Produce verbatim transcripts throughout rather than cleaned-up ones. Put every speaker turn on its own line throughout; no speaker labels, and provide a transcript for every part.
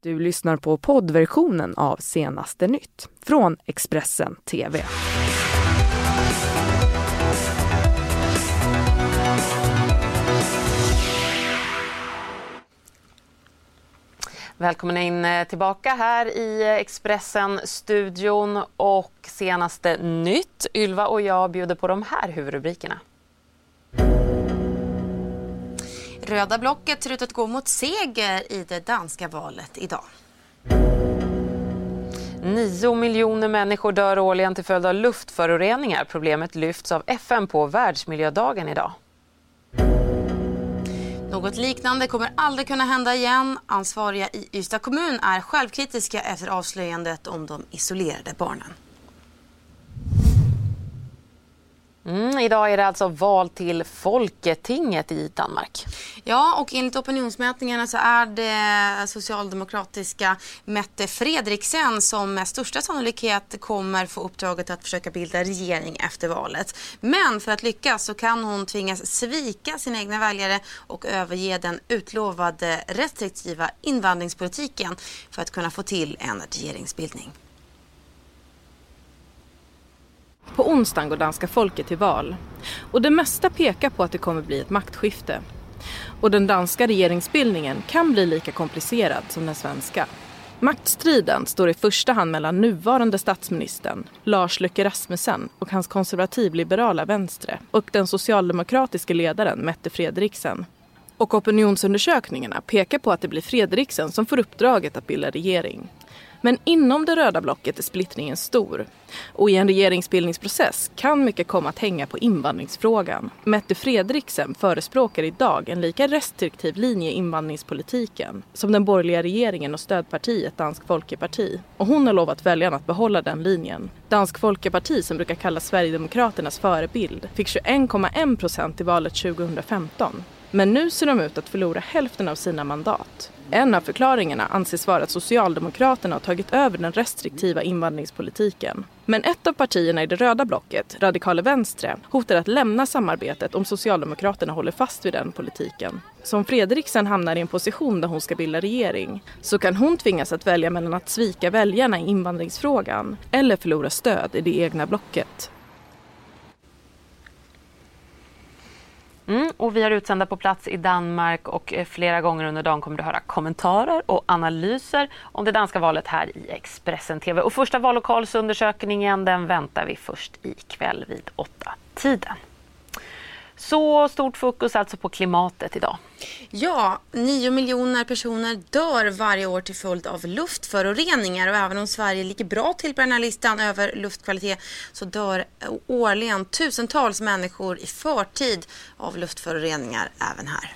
Du lyssnar på poddversionen av Senaste nytt från Expressen T V.
Välkommen in tillbaka här i Expressen-studion och Senaste nytt. Ylva och jag bjuder på de här huvudrubrikerna.
Röda blocket ser ut att gå mot seger i det danska valet idag.
Nio miljoner människor dör årligen till följd av luftföroreningar. Problemet lyfts av F N på världsmiljödagen idag.
Något liknande kommer aldrig kunna hända igen. Ansvariga i Ystad kommun är självkritiska efter avslöjandet om de isolerade barnen.
Mm, idag är det alltså val till Folketinget i Danmark.
Ja, och enligt opinionsmätningarna så är det socialdemokratiska Mette Frederiksen som med största sannolikhet kommer få uppdraget att försöka bilda regering efter valet. Men för att lyckas så kan hon tvingas svika sina egna väljare och överge den utlovade restriktiva invandringspolitiken för att kunna få till en regeringsbildning.
På onsdagen går danska folket till val och det mesta pekar på att det kommer bli ett maktskifte. Och den danska regeringsbildningen kan bli lika komplicerad som den svenska. Maktstriden står i första hand mellan nuvarande statsministern Lars Løkke Rasmussen och hans konservativliberala vänstre och den socialdemokratiska ledaren Mette Frederiksen. Och opinionsundersökningarna pekar på att det blir Frederiksen som får uppdraget att bilda regering. Men inom det röda blocket är splittringen stor. Och i en regeringsbildningsprocess kan mycket komma att hänga på invandringsfrågan. Mette Frederiksen förespråkar idag en lika restriktiv linje i invandringspolitiken som den borgerliga regeringen och stödpartiet Dansk Folkeparti. Och hon har lovat väljarna att behålla den linjen. Dansk Folkeparti, som brukar kallas Sverigedemokraternas förebild, fick tjugoen komma en procent i valet tjugohundrafemton. Men nu ser de ut att förlora hälften av sina mandat. En av förklaringarna anses vara att Socialdemokraterna har tagit över den restriktiva invandringspolitiken. Men ett av partierna i det röda blocket, Radikale Venstre, hotar att lämna samarbetet om Socialdemokraterna håller fast vid den politiken. Så om Frederiksen hamnar i en position där hon ska bilda regering så kan hon tvingas att välja mellan att svika väljarna i invandringsfrågan eller förlora stöd i det egna blocket.
Mm, och vi är utsända på plats i Danmark och flera gånger under dagen kommer du höra kommentarer och analyser om det danska valet här i Expressen T V. Och första vallokalsundersökningen den väntar vi först ikväll vid åtta tiden. Så stort fokus alltså på klimatet idag.
Ja, nio miljoner personer dör varje år till följd av luftföroreningar. Och även om Sverige ligger bra till på den här listan över luftkvalitet så dör årligen tusentals människor i förtid av luftföroreningar även här.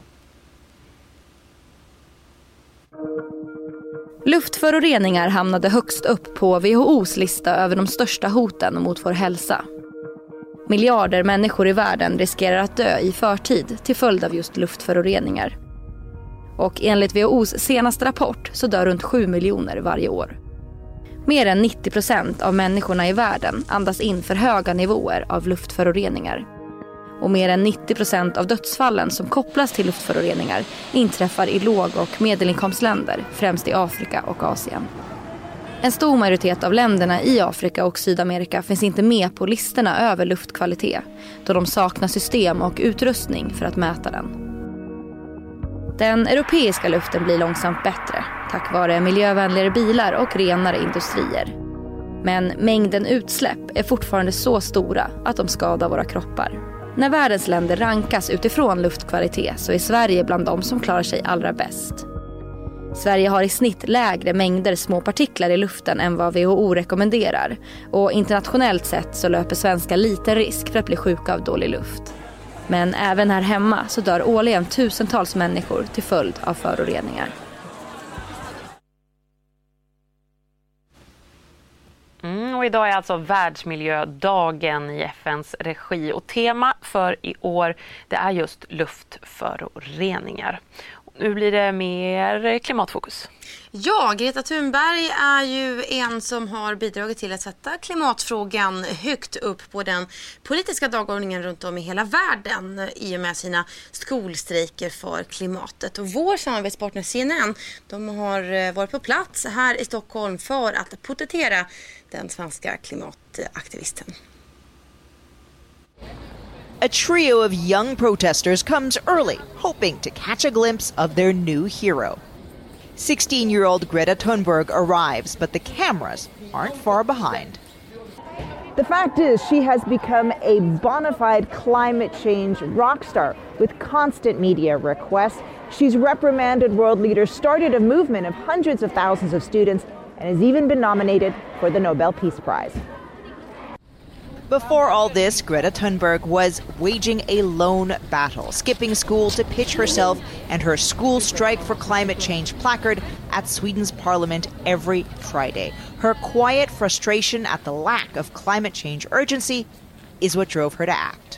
Luftföroreningar hamnade högst upp på W H O:s lista över de största hoten mot vår hälsa. Miljarder människor i världen riskerar att dö i förtid till följd av just luftföroreningar. Och enligt W H O:s senaste rapport så dör runt sju miljoner varje år. Mer än nittio procent av människorna i världen andas in för höga nivåer av luftföroreningar. Och mer än nittio procent av dödsfallen som kopplas till luftföroreningar inträffar i låg- och medelinkomstländer, främst i Afrika och Asien. En stor majoritet av länderna i Afrika och Sydamerika finns inte med på listorna över luftkvalitet då de saknar system och utrustning för att mäta den. Den europeiska luften blir långsamt bättre tack vare miljövänligare bilar och renare industrier. Men mängden utsläpp är fortfarande så stora att de skadar våra kroppar. När världens länder rankas utifrån luftkvalitet så är Sverige bland de som klarar sig allra bäst. Sverige har i snitt lägre mängder små partiklar i luften än vad W H O rekommenderar. Och internationellt sett så löper svenskar liten risk för att bli sjuka av dålig luft. Men även här hemma så dör årligen tusentals människor till följd av föroreningar.
Mm, och idag är alltså världsmiljödagen i F N:s regi och tema för i år det är just luftföroreningar. nu blir det mer klimatfokus.
Ja, Greta Thunberg är ju en som har bidragit till att sätta klimatfrågan högt upp på den politiska dagordningen runt om i hela världen i och med sina skolstrejker för klimatet. Och vår samarbetspartner C N N, de har varit på plats här i Stockholm för att porträttera den svenska klimataktivisten.
A trio of young protesters comes early, hoping to catch a glimpse of their new hero. sixteen-year-old Greta Thunberg arrives, but the cameras aren't far behind.
The fact is, she has become a bona fide climate change rock star with constant media requests. She's reprimanded world leaders, started a movement of hundreds of thousands of students, and has even been nominated for the Nobel Peace Prize.
Before all this, Greta Thunberg was waging a lone battle, skipping school to pitch herself and her school strike for climate change placard at Sweden's parliament every Friday. Her quiet frustration at the lack of climate change urgency is what drove her to act.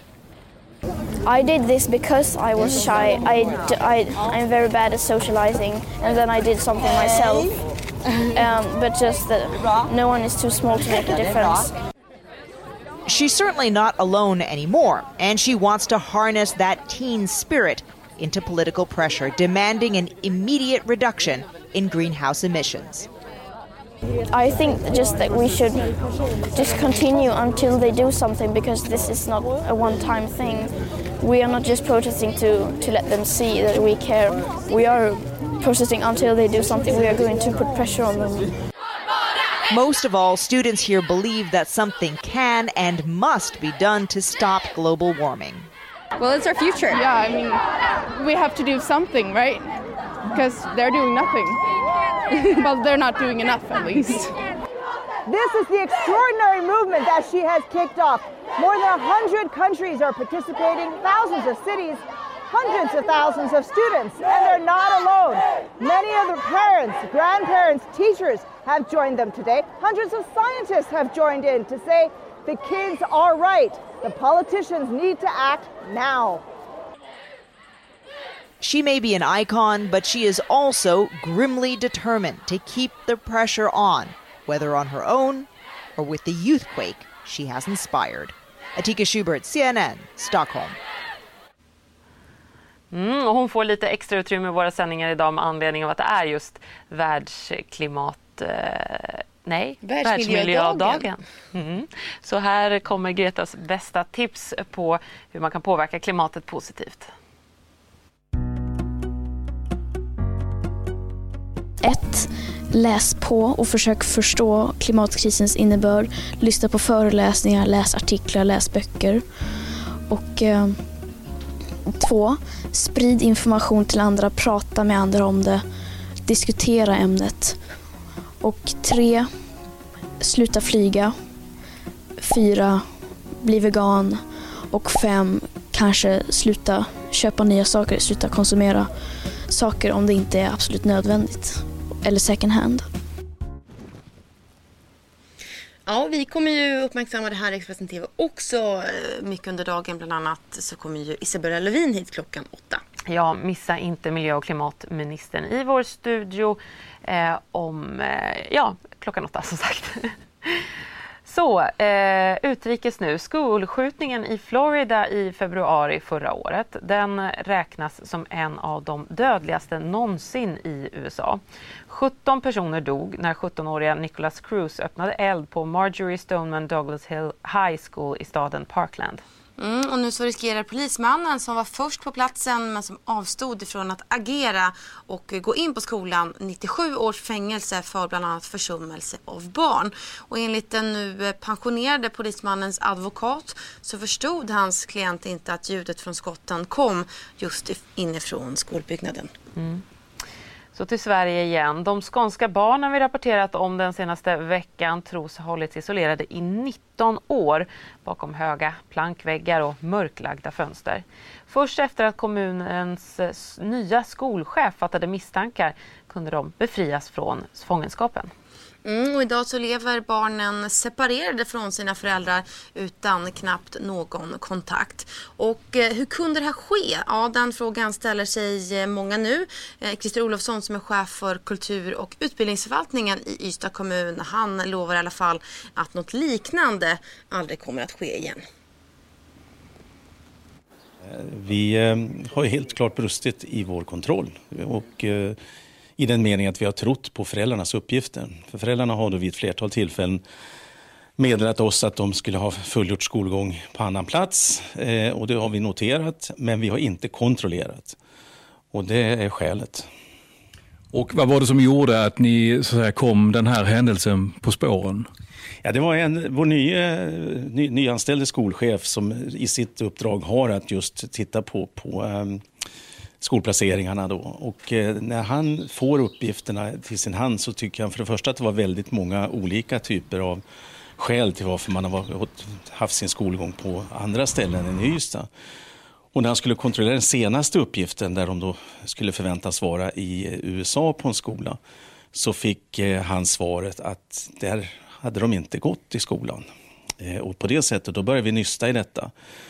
I did this because I was shy. I, I, I'm very bad at socializing, and then I did something myself. Um, but just that no one is too small to make a difference.
She's certainly not alone anymore, and she wants to harness that teen spirit into political pressure, demanding an immediate reduction in greenhouse emissions.
I think just that we should just continue until they do something, because this is not a one-time thing. We are not just protesting to, to let them see that we care. We are protesting until they do something. We are going to put pressure on them.
Most of all, students here believe that something can and must be done to stop global warming.
Well, it's our future.
Yeah, I mean, we have to do something, right? Because they're doing nothing. Well, they're not doing enough, at least.
This is the extraordinary movement that she has kicked off. More than one hundred countries are participating, thousands of cities, hundreds of thousands of students, and they're not alone. Many of their parents, grandparents, teachers have joined them today. Hundreds of scientists have joined in to say the kids are right. The politicians need to act now.
She may be an icon, but she is also grimly determined to keep the pressure on, whether on her own or with the youthquake she has inspired. Atika Schubert, C N N, Stockholm.
Mm, och hon får lite extra utrymme i våra sändningar idag med anledning av att det är just världsklimat... Eh, nej, världsmiljödagen. Mm. Så här kommer Gretas bästa tips på hur man kan påverka klimatet positivt.
ett. Läs på och försök förstå klimatkrisens innebörd. Lyssna på föreläsningar, läs artiklar, läs böcker. Och eh, två. Sprid information till andra, prata med andra om det, diskutera ämnet. Och tre. Sluta flyga. Fyra. Bli vegan. Och fem. Kanske sluta köpa nya saker, sluta konsumera saker om det inte är absolut nödvändigt. Eller second hand.
Ja, vi kommer ju uppmärksamma det här i Expressen T V också mycket under dagen. Bland annat så kommer ju Isabella Lövin hit klockan åtta.
Ja, missa inte miljö- och klimatministern i vår studio eh, om eh, ja, klockan åtta som sagt. Så, eh, utrikes nu. Skolskjutningen i Florida i februari förra året, den räknas som en av de dödligaste någonsin i U S A. sjutton personer dog när sjuttonåriga Nicholas Cruz öppnade eld på Marjorie Stoneman Douglas Hill High School i staden Parkland.
Mm, och nu så riskerar polismannen som var först på platsen men som avstod ifrån att agera och gå in på skolan nittiosju års fängelse för bland annat försummelse av barn. Och enligt den nu pensionerade polismannens advokat så förstod hans klient inte att ljudet från skotten kom just inifrån skolbyggnaden.
Mm. Så till Sverige igen. De skånska barnen vi rapporterat om den senaste veckan tros ha hållits isolerade i nitton år bakom höga plankväggar och mörklagda fönster. Först efter att kommunens nya skolchef fattade misstankar kunde de befrias från fångenskapen.
Mm, och idag så lever barnen separerade från sina föräldrar utan knappt någon kontakt. Och eh, hur kunde det här ske? Ja, den frågan ställer sig eh, många nu. Eh, Christer Olofsson som är chef för kultur- och utbildningsförvaltningen i Ystad kommun, han lovar i alla fall att något liknande aldrig kommer att ske igen.
Vi eh, har helt klart brustit i vår kontroll och eh, i den meningen att vi har trott på föräldrarnas uppgifter. För föräldrarna har då vid ett flertal tillfällen meddelat oss att de skulle ha fullgjort skolgång på annan plats. Eh, och det har vi noterat, men vi har inte kontrollerat. Och det är skälet.
Och vad var det som gjorde att ni så att säga, kom den här händelsen på spåren?
Ja, det var en, vår nya, ny, nyanställde skolchef som i sitt uppdrag har att just titta på, på um, skolplaceringarna då. Och eh, när han får uppgifterna till sin hand så tycker han för det första att det var väldigt många olika typer av skäl till varför man har haft sin skolgång på andra ställen än i Ystad. Och när han skulle kontrollera den senaste uppgiften där de då skulle förväntas vara i U S A på en skola så fick eh, han svaret att där hade de inte gått i skolan. Eh, och på det sättet då började vi nysta i detta.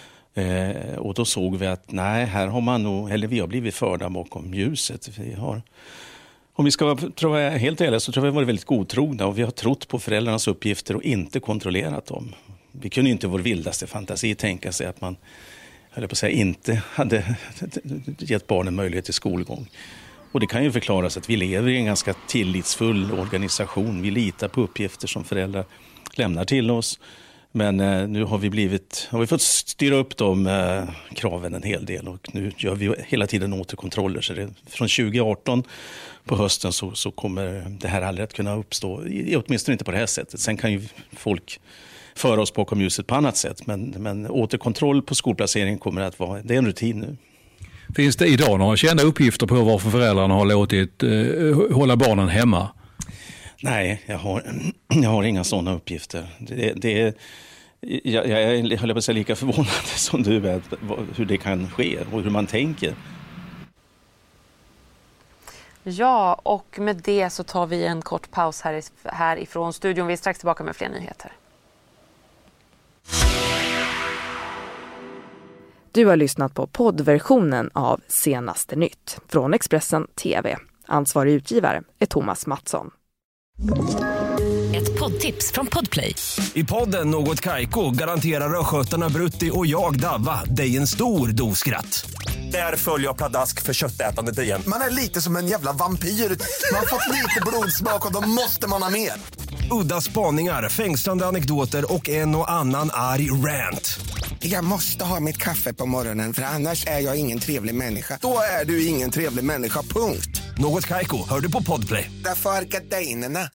Eh, och då såg vi att nej, här har man nog, eller vi har blivit förda bakom ljuset. Vi har, om vi ska vara helt ärliga så tror jag vi har varit väldigt godtrogna och vi har trott på föräldrarnas uppgifter och inte kontrollerat dem. Vi kunde inte i vår vildaste fantasi tänka sig att man höll på att säga, inte hade gett barnen möjlighet till skolgång. Och det kan ju förklaras att vi lever i en ganska tillitsfull organisation. Vi litar på uppgifter som föräldrar lämnar till oss. Men eh, nu har vi blivit, har vi fått styra upp de eh, kraven en hel del och nu gör vi hela tiden återkontroller. Så det, från tjugo arton på hösten så, så kommer det här aldrig att kunna uppstå, i, åtminstone inte på det här sättet. Sen kan ju folk föra oss bakom ljuset på annat sätt, men, men återkontroll på skolplaceringen kommer att vara, det är en rutin nu.
Finns det idag några kända uppgifter på varför föräldrarna har låtit eh, hålla barnen hemma?
Nej, jag har, jag har inga sådana uppgifter. Det, det är, jag, jag är höll jag på att säga, lika förvånad som du är hur det kan ske och hur man tänker.
Ja, och med det så tar vi en kort paus här, härifrån studion. Vi är strax tillbaka med fler nyheter.
Du har lyssnat på poddversionen av Senaste nytt från Expressen T V. Ansvarig utgivare är Thomas Mattsson.
Ett poddtips från Podplay.
I podden Något Kaiko garanterar röskötarna Brutti och jag Davva dig en stor doskratt. Där följer jag pladask för köttätandet igen.
Man är lite som en jävla vampyr. Man har fått lite blodsmak och då måste man ha mer.
Udda spaningar, fängslande anekdoter och en och annan arg rant.
Jag måste ha mitt kaffe på morgonen för annars är jag ingen trevlig människa. Då är du ingen trevlig människa, punkt.
Något Kaiko, hör du på Podplay.
Därför är gardinerna.